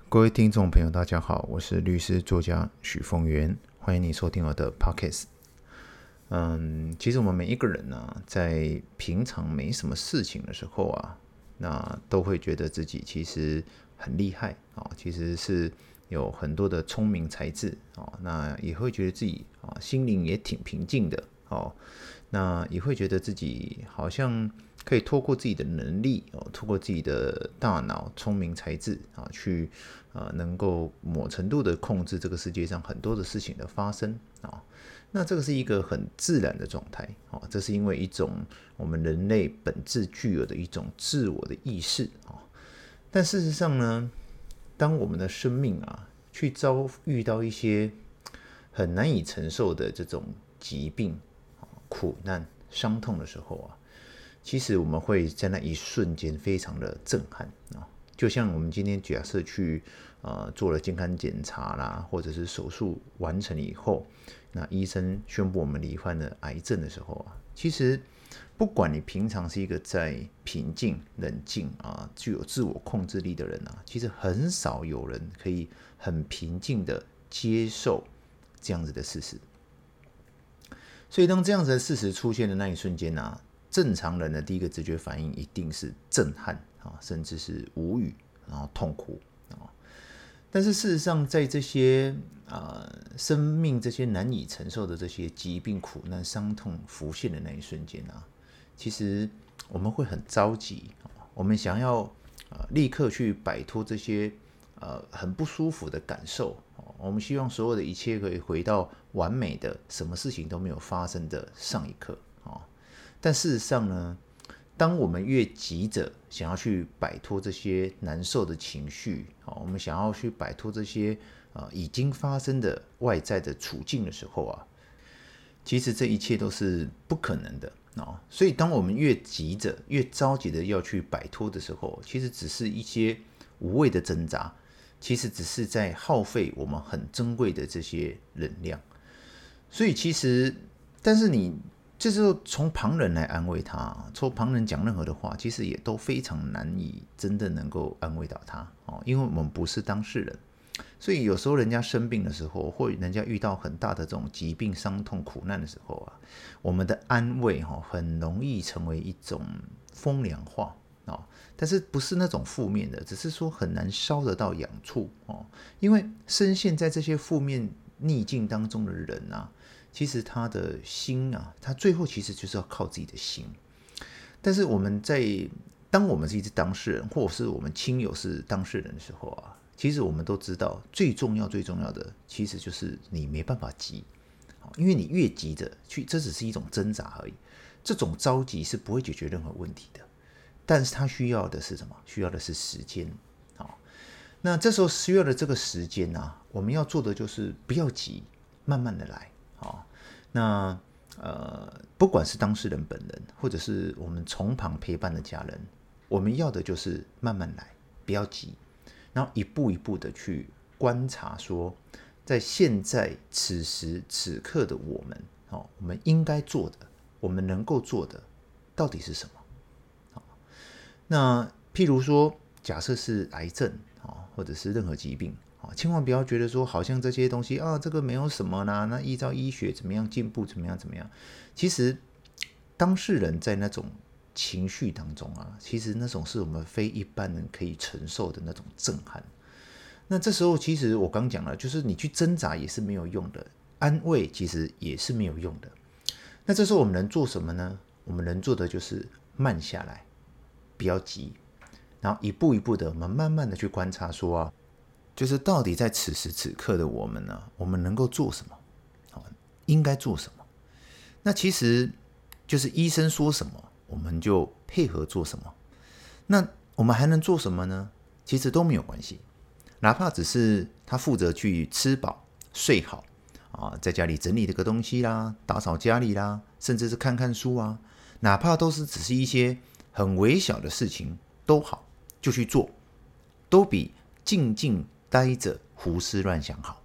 各位听众朋友大家好，我是律师作家许峰源，欢迎你收听我的 Podcast。其实我们每一个人在平常没什么事情的时候那都会觉得自己其实很厉害其实是有很多的聪明才智那也会觉得自己心灵也挺平静的那也会觉得自己好像可以透过自己的能力透过自己的大脑聪明才智去能够某程度的控制这个世界上很多的事情的发生那这个是一个很自然的状态这是因为一种我们人类本质具有的一种自我的意识但事实上呢，当我们的生命去遭遇到一些很难以承受的这种疾病苦难伤痛的时候其实我们会在那一瞬间非常的震撼就像我们今天假设去做了健康检查啦，或者是手术完成以后，那医生宣布我们罹患了癌症的时候其实不管你平常是一个在平静冷静具有自我控制力的人其实很少有人可以很平静的接受这样子的事实。所以当这样子的事实出现的那一瞬间正常人的第一个直觉反应一定是震撼甚至是无语，然后痛苦但是事实上在这些生命这些难以承受的这些疾病苦难伤痛浮现的那一瞬间其实我们会很着急我们想要立刻去摆脱这些很不舒服的感受我们希望所有的一切可以回到完美的什么事情都没有发生的上一刻但事实上呢，当我们越急着想要去摆脱这些难受的情绪我们想要去摆脱这些已经发生的外在的处境的时候其实这一切都是不可能的所以当我们越急着越着急的要去摆脱的时候，其实只是一些无谓的挣扎，其实只是在耗费我们很珍贵的这些能量。所以其实但是你这时候从旁人来安慰他，从旁人讲任何的话，其实也都非常难以真的能够安慰到他因为我们不是当事人。所以有时候人家生病的时候，或人家遇到很大的这种疾病伤痛苦难的时候我们的安慰很容易成为一种风凉话但是不是那种负面的，只是说很难烧得到痒处因为深陷在这些负面逆境当中的人其实他的心他最后其实就是要靠自己的心。但是当我们是一只当事人，或者是我们亲友是当事人的时候其实我们都知道最重要的其实就是你没办法急因为你越急着去，这只是一种挣扎而已，这种着急是不会解决任何问题的。但是他需要的是什么？需要的是时间那这时候需要的这个时间我们要做的就是不要急，慢慢的来那不管是当事人本人，或者是我们从旁陪伴的家人，我们要的就是慢慢来，不要急，然后一步一步的去观察说，在现在此时此刻的我们我们应该做的，我们能够做的到底是什么那譬如说假设是癌症或者是任何疾病千万不要觉得说好像这些东西这个没有什么啦，那依照医学怎么样进步怎么样，其实当事人在那种情绪当中其实那种是我们非一般人可以承受的那种震撼。那这时候其实我刚讲了，就是你去挣扎也是没有用的，安慰其实也是没有用的。那这时候我们能做什么呢？我们能做的就是慢下来，不要急，然后一步一步的我们慢慢的去观察说就是到底在此时此刻的我们我们能够做什么应该做什么。那其实就是医生说什么我们就配合做什么。那我们还能做什么呢？其实都没有关系，哪怕只是他负责去吃饱睡好在家里整理这个东西啦，打扫家里啦，甚至是看看书哪怕都是只是一些很微小的事情都好，就去做，都比静静待着胡思乱想好。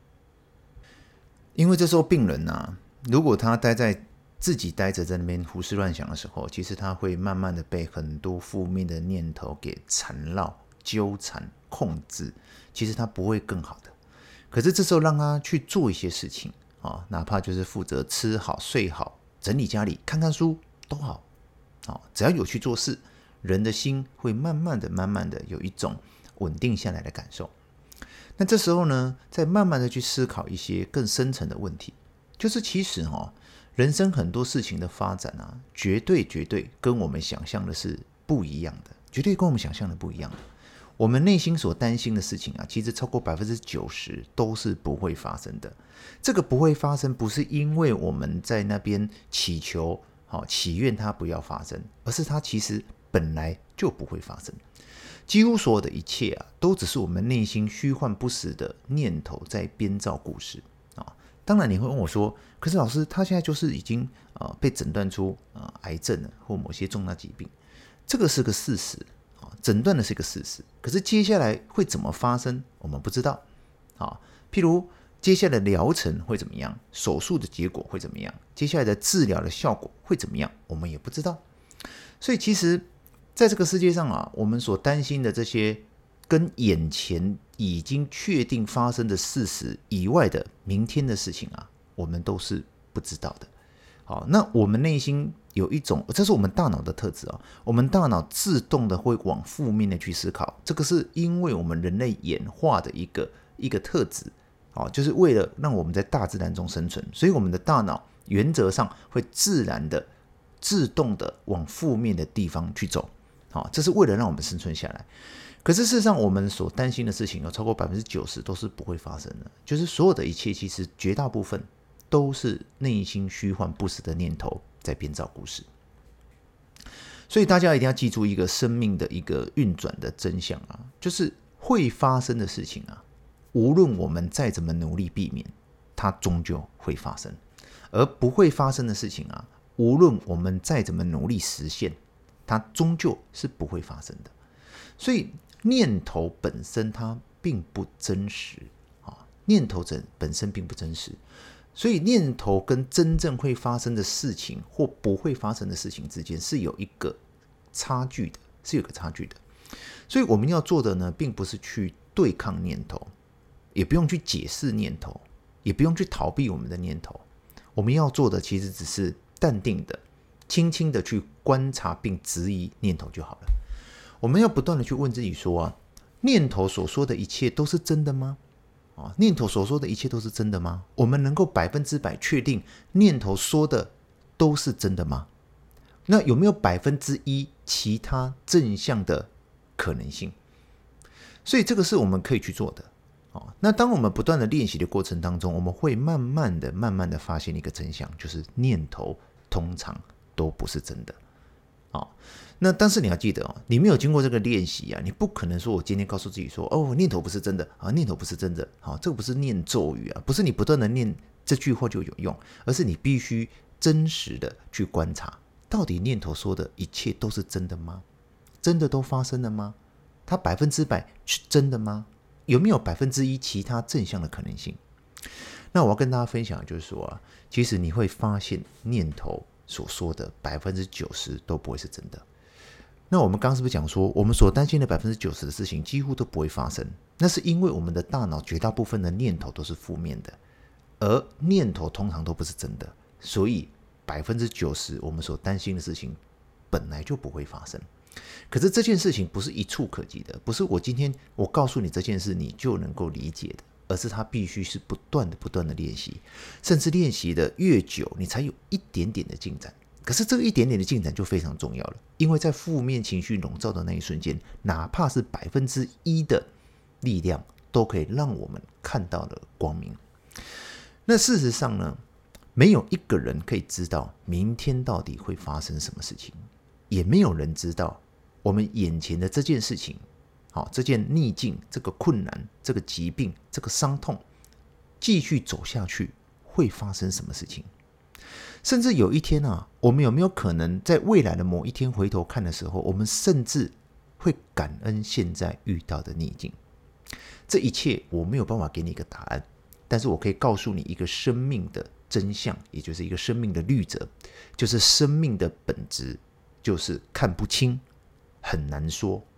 因为这时候病人如果他自己待着在那边胡思乱想的时候，其实他会慢慢的被很多负面的念头给缠绕纠缠控制，其实他不会更好的。可是这时候让他去做一些事情啊，哪怕就是负责吃好、睡好、整理家里、看看书都好啊，只要有去做事，人的心会慢慢的有一种稳定下来的感受。那这时候呢，再慢慢的去思考一些更深层的问题，就是其实人生很多事情的发展啊，绝对跟我们想象的是不一样的，绝对跟我们想象的不一样的。我们内心所担心的事情啊，其实超过 90% 都是不会发生的。这个不会发生，不是因为我们在那边祈求、祈愿它不要发生，而是它其实本来就不会发生。几乎所有的一切啊，都只是我们内心虚幻不实的念头在编造故事啊。当然你会问我说，可是老师他现在就是已经被诊断出癌症了或某些重大疾病，这个是个事实啊，诊断的是一个事实。可是接下来会怎么发生，我们不知道啊。譬如接下来的疗程会怎么样，手术的结果会怎么样，接下来的治疗的效果会怎么样，我们也不知道。所以其实在这个世界上啊，我们所担心的这些跟眼前已经确定发生的事实以外的明天的事情啊，我们都是不知道的。好，那我们内心有一种，这是我们大脑的特质啊，我们大脑自动的会往负面的去思考，这个是因为我们人类演化的一个特质，就是为了让我们在大自然中生存，所以我们的大脑原则上会自然的、自动的往负面的地方去走，这是为了让我们生存下来。可是事实上，我们所担心的事情有超过 90% 都是不会发生的，就是所有的一切，其实绝大部分都是内心虚幻不实的念头在编造故事。所以大家一定要记住一个生命的一个运转的真相啊，就是会发生的事情啊，无论我们再怎么努力避免，它终究会发生；而不会发生的事情啊，无论我们再怎么努力实现，它终究是不会发生的。所以念头本身它并不真实啊，念头本身并不真实。所以念头跟真正会发生的事情或不会发生的事情之间是有一个差距的，所以我们要做的呢，并不是去对抗念头，也不用去解释念头，也不用去逃避我们的念头。我们要做的其实只是淡定的、轻轻的去观察并质疑念头就好了。我们要不断的去问自己说啊，念头所说的一切都是真的吗？念头所说的一切都是真的吗？我们能够100%确定念头说的都是真的吗？那有没有1%其他正向的可能性？所以这个是我们可以去做的。那当我们不断的练习的过程当中，我们会慢慢的发现一个真相，就是念头通常都不是真的。那但是你要记得你没有经过这个练习啊，你不可能说我今天告诉自己说念头不是真的啊，念头不是真的，这个不是念咒语啊，不是你不断的念这句话就有用，而是你必须真实的去观察，到底念头说的一切都是真的吗？真的都发生了吗？它100%是真的吗？有没有1%其他正向的可能性？那我要跟大家分享的就是说其实你会发现念头所说的90%都不会是真的。那我们刚刚是不是讲说，我们所担心的90%的事情几乎都不会发生？那是因为我们的大脑绝大部分的念头都是负面的，而念头通常都不是真的，所以90%我们所担心的事情本来就不会发生。可是这件事情不是一触可及的，不是我今天我告诉你这件事你就能够理解的，而是它必须是不断的练习，甚至练习的越久，你才有一点点的进展。可是这个一点点的进展就非常重要了，因为在负面情绪笼罩的那一瞬间，哪怕是1%的力量，都可以让我们看到了光明。那事实上呢，没有一个人可以知道明天到底会发生什么事情，也没有人知道我们眼前的这件事情，这件逆境、这个困难、这个疾病、这个伤痛，继续走下去会发生什么事情。甚至有一天我们有没有可能在未来的某一天回头看的时候，我们甚至会感恩现在遇到的逆境？这一切我没有办法给你一个答案，但是我可以告诉你一个生命的真相，也就是一个生命的律则，就是生命的本质就是看不清，很难说，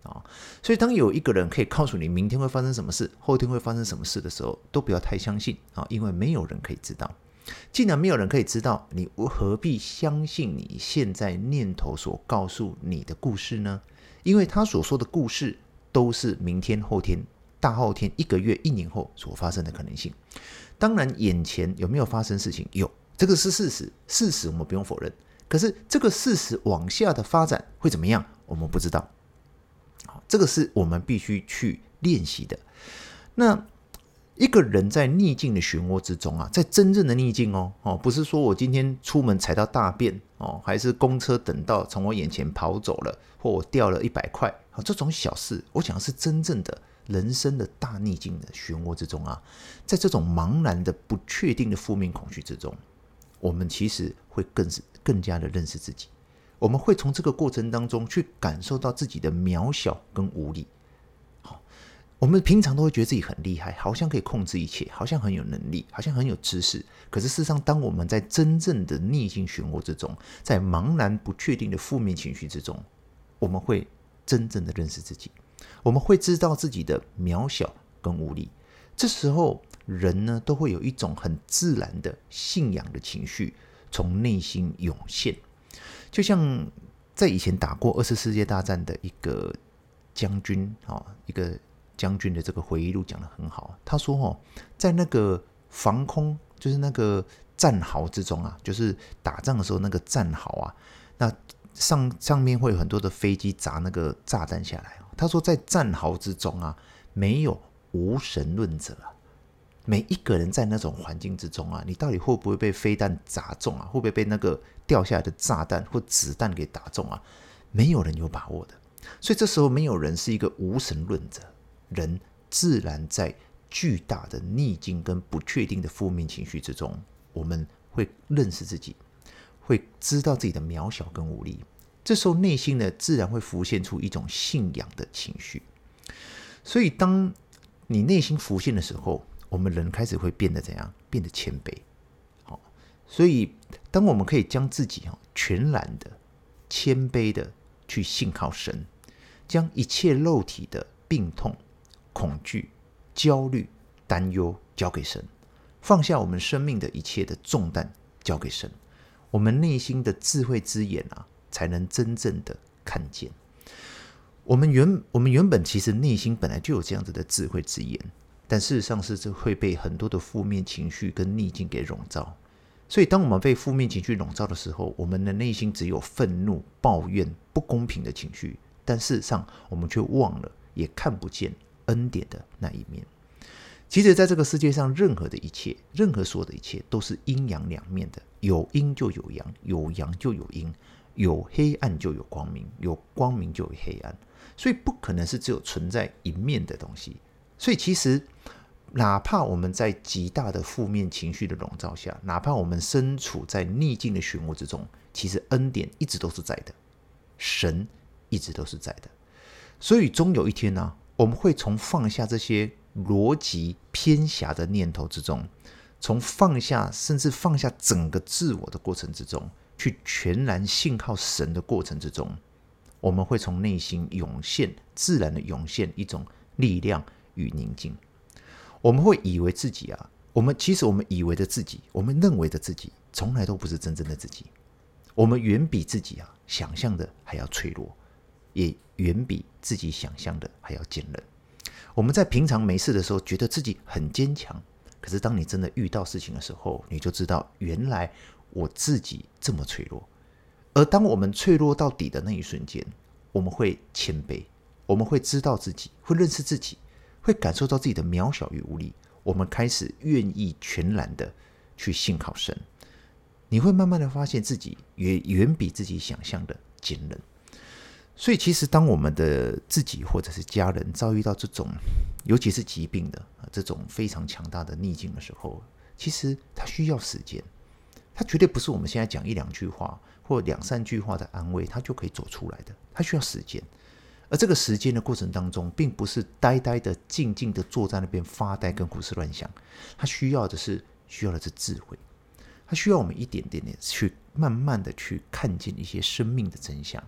所以当有一个人可以告诉你明天会发生什么事，后天会发生什么事的时候，都不要太相信因为没有人可以知道。既然没有人可以知道，你何必相信你现在念头所告诉你的故事呢？因为他所说的故事都是明天、后天、大后天、1个月、1年后所发生的可能性。当然眼前有没有发生事情，有，这个是事实，事实我们不用否认。可是这个事实往下的发展会怎么样，我们不知道。这个是我们必须去练习的。那一个人在逆境的漩涡之中在真正的逆境不是说我今天出门踩到大便还是公车等到从我眼前跑走了，或我掉了100块这种小事，我讲的是真正的人生的大逆境的漩涡之中在这种茫然的不确定的负面恐惧之中，我们其实会更加的认识自己。我们会从这个过程当中去感受到自己的渺小跟无力。我们平常都会觉得自己很厉害，好像可以控制一切，好像很有能力，好像很有知识。可是事实上，当我们在真正的逆境漩涡之中，在茫然不确定的负面情绪之中，我们会真正的认识自己，我们会知道自己的渺小跟无力。这时候人呢，都会有一种很自然的信仰的情绪从内心涌现。就像在以前打过2次世界大战的一个将军一个将军的这个回忆录讲得很好。他说在那个防空，就是那个战壕之中就是打仗的时候那个战壕那上面会有很多的飞机砸那个炸弹下来。他说在战壕之中没有无神论者每一个人在那种环境之中你到底会不会被飞弹砸中会不会被那个掉下来的炸弹或子弹给打中没有人有把握的。所以这时候没有人是一个无神论者，人自然在巨大的逆境跟不确定的负面情绪之中，我们会认识自己，会知道自己的渺小跟无力。这时候内心呢，自然会浮现出一种信仰的情绪。所以当你内心浮现的时候，我们人开始会变得怎样？变得谦卑。所以当我们可以将自己全然的谦卑的去信靠神，将一切肉体的病痛、恐惧、焦虑、担忧交给神，放下我们生命的一切的重担交给神，我们内心的智慧之眼才能真正的看见。我们原本其实内心本来就有这样子的智慧之眼，但事实上是会被很多的负面情绪跟逆境给笼罩。所以当我们被负面情绪笼罩的时候，我们的内心只有愤怒、抱怨、不公平的情绪，但事实上我们却忘了，也看不见恩典的那一面。其实在这个世界上，任何所有的一切都是阴阳两面的，有阴就有阳，有阳就有阴，有黑暗就有光明，有光明就有黑暗。所以不可能是只有存在一面的东西。所以其实哪怕我们在极大的负面情绪的笼罩下，哪怕我们身处在逆境的漩涡之中，其实恩典一直都是在的，神一直都是在的。所以终有一天我们会从放下这些逻辑偏狭的念头之中，从放下甚至放下整个自我的过程之中，去全然信靠神的过程之中，我们会从内心自然的涌现一种力量与宁静。我们会以为自己其实我们以为的自己，我们认为的自己，从来都不是真正的自己。我们远比自己想象的还要脆弱，也远比自己想象的还要坚韧。我们在平常没事的时候，觉得自己很坚强，可是当你真的遇到事情的时候，你就知道原来我自己这么脆弱。而当我们脆弱到底的那一瞬间，我们会谦卑，我们会知道自己，会认识自己，会感受到自己的渺小与无力，我们开始愿意全然的去信靠神。你会慢慢的发现自己也远比自己想象的坚韧。所以其实当我们的自己或者是家人遭遇到这种尤其是疾病的这种非常强大的逆境的时候，其实它需要时间，它绝对不是我们现在讲1-2句话或2-3句话的安慰它就可以走出来的，它需要时间。而这个时间的过程当中，并不是呆呆的静静的坐在那边发呆跟胡思乱想，它需要的是智慧，它需要我们一点点的去慢慢的去看见一些生命的真相，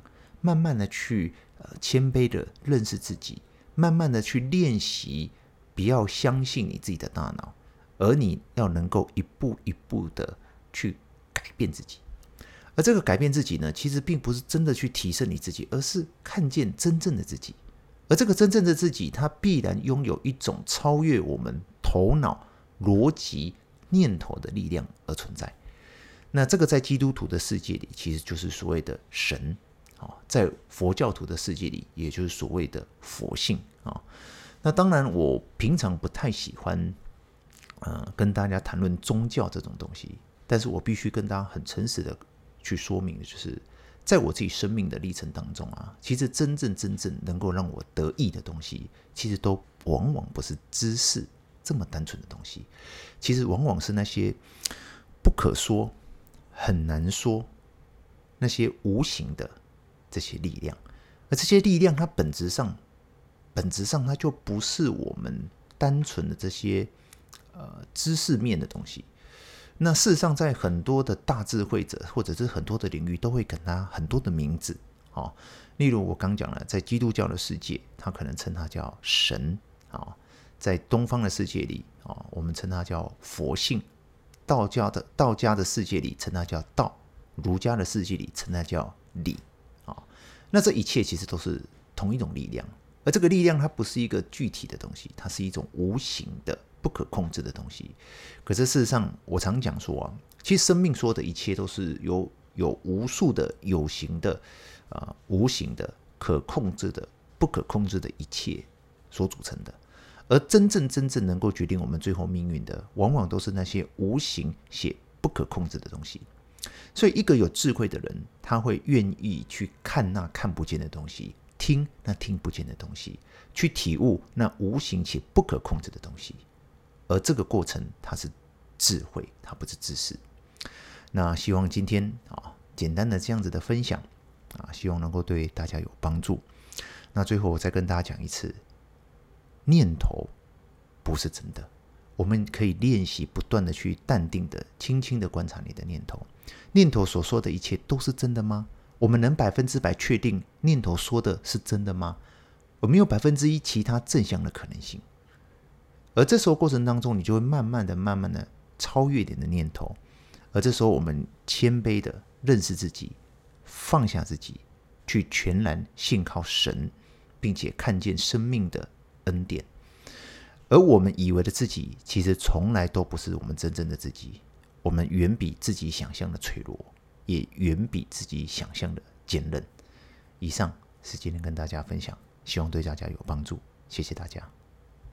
慢慢的去谦卑的认识自己，慢慢的去练习，不要相信你自己的大脑，而你要能够一步一步的去改变自己。而这个改变自己呢，其实并不是真的去提升你自己，而是看见真正的自己。而这个真正的自己，它必然拥有一种超越我们头脑、逻辑、念头的力量而存在。那这个在基督徒的世界里，其实就是所谓的神；在佛教徒的世界里，也就是所谓的佛性。那当然，我平常不太喜欢跟大家谈论宗教这种东西，但是我必须跟大家很诚实的去说明的就是，在我自己生命的历程当中啊，其实真正能够让我得益的东西，其实都往往不是知识这么单纯的东西，其实往往是那些不可说、很难说、那些无形的这些力量。而这些力量，它本质上它就不是我们单纯的这些知识面的东西。那事实上，在很多的大智慧者，或者是很多的领域，都会给他很多的名字。例如我刚讲了，在基督教的世界，他可能称它叫神；在东方的世界里，我们称它叫佛性；道家的世界里称它叫道；儒家的世界里称它叫理。那这一切其实都是同一种力量，而这个力量它不是一个具体的东西，它是一种无形的、不可控制的东西。可是事实上，我常讲说其实生命所有的一切都是有无数的有形的、无形的、可控制的、不可控制的一切所组成的。而真正能够决定我们最后命运的，往往都是那些无形且不可控制的东西。所以一个有智慧的人，他会愿意去看那看不见的东西，听那听不见的东西，去体悟那无形且不可控制的东西。而这个过程，它是智慧，它不是知识。那希望今天简单的这样子的分享希望能够对大家有帮助。那最后我再跟大家讲一次，念头不是真的。我们可以练习不断的去淡定的、轻轻的观察你的念头。念头所说的一切都是真的吗？我们能100%确定念头说的是真的吗？有没有1%其他正向的可能性？而这时候过程当中，你就会慢慢的超越你的念头。而这时候我们谦卑的认识自己，放下自己，去全然信靠神，并且看见生命的恩典。而我们以为的自己，其实从来都不是我们真正的自己。我们远比自己想象的脆弱，也远比自己想象的坚韧。以上是今天跟大家分享，希望对大家有帮助，谢谢大家。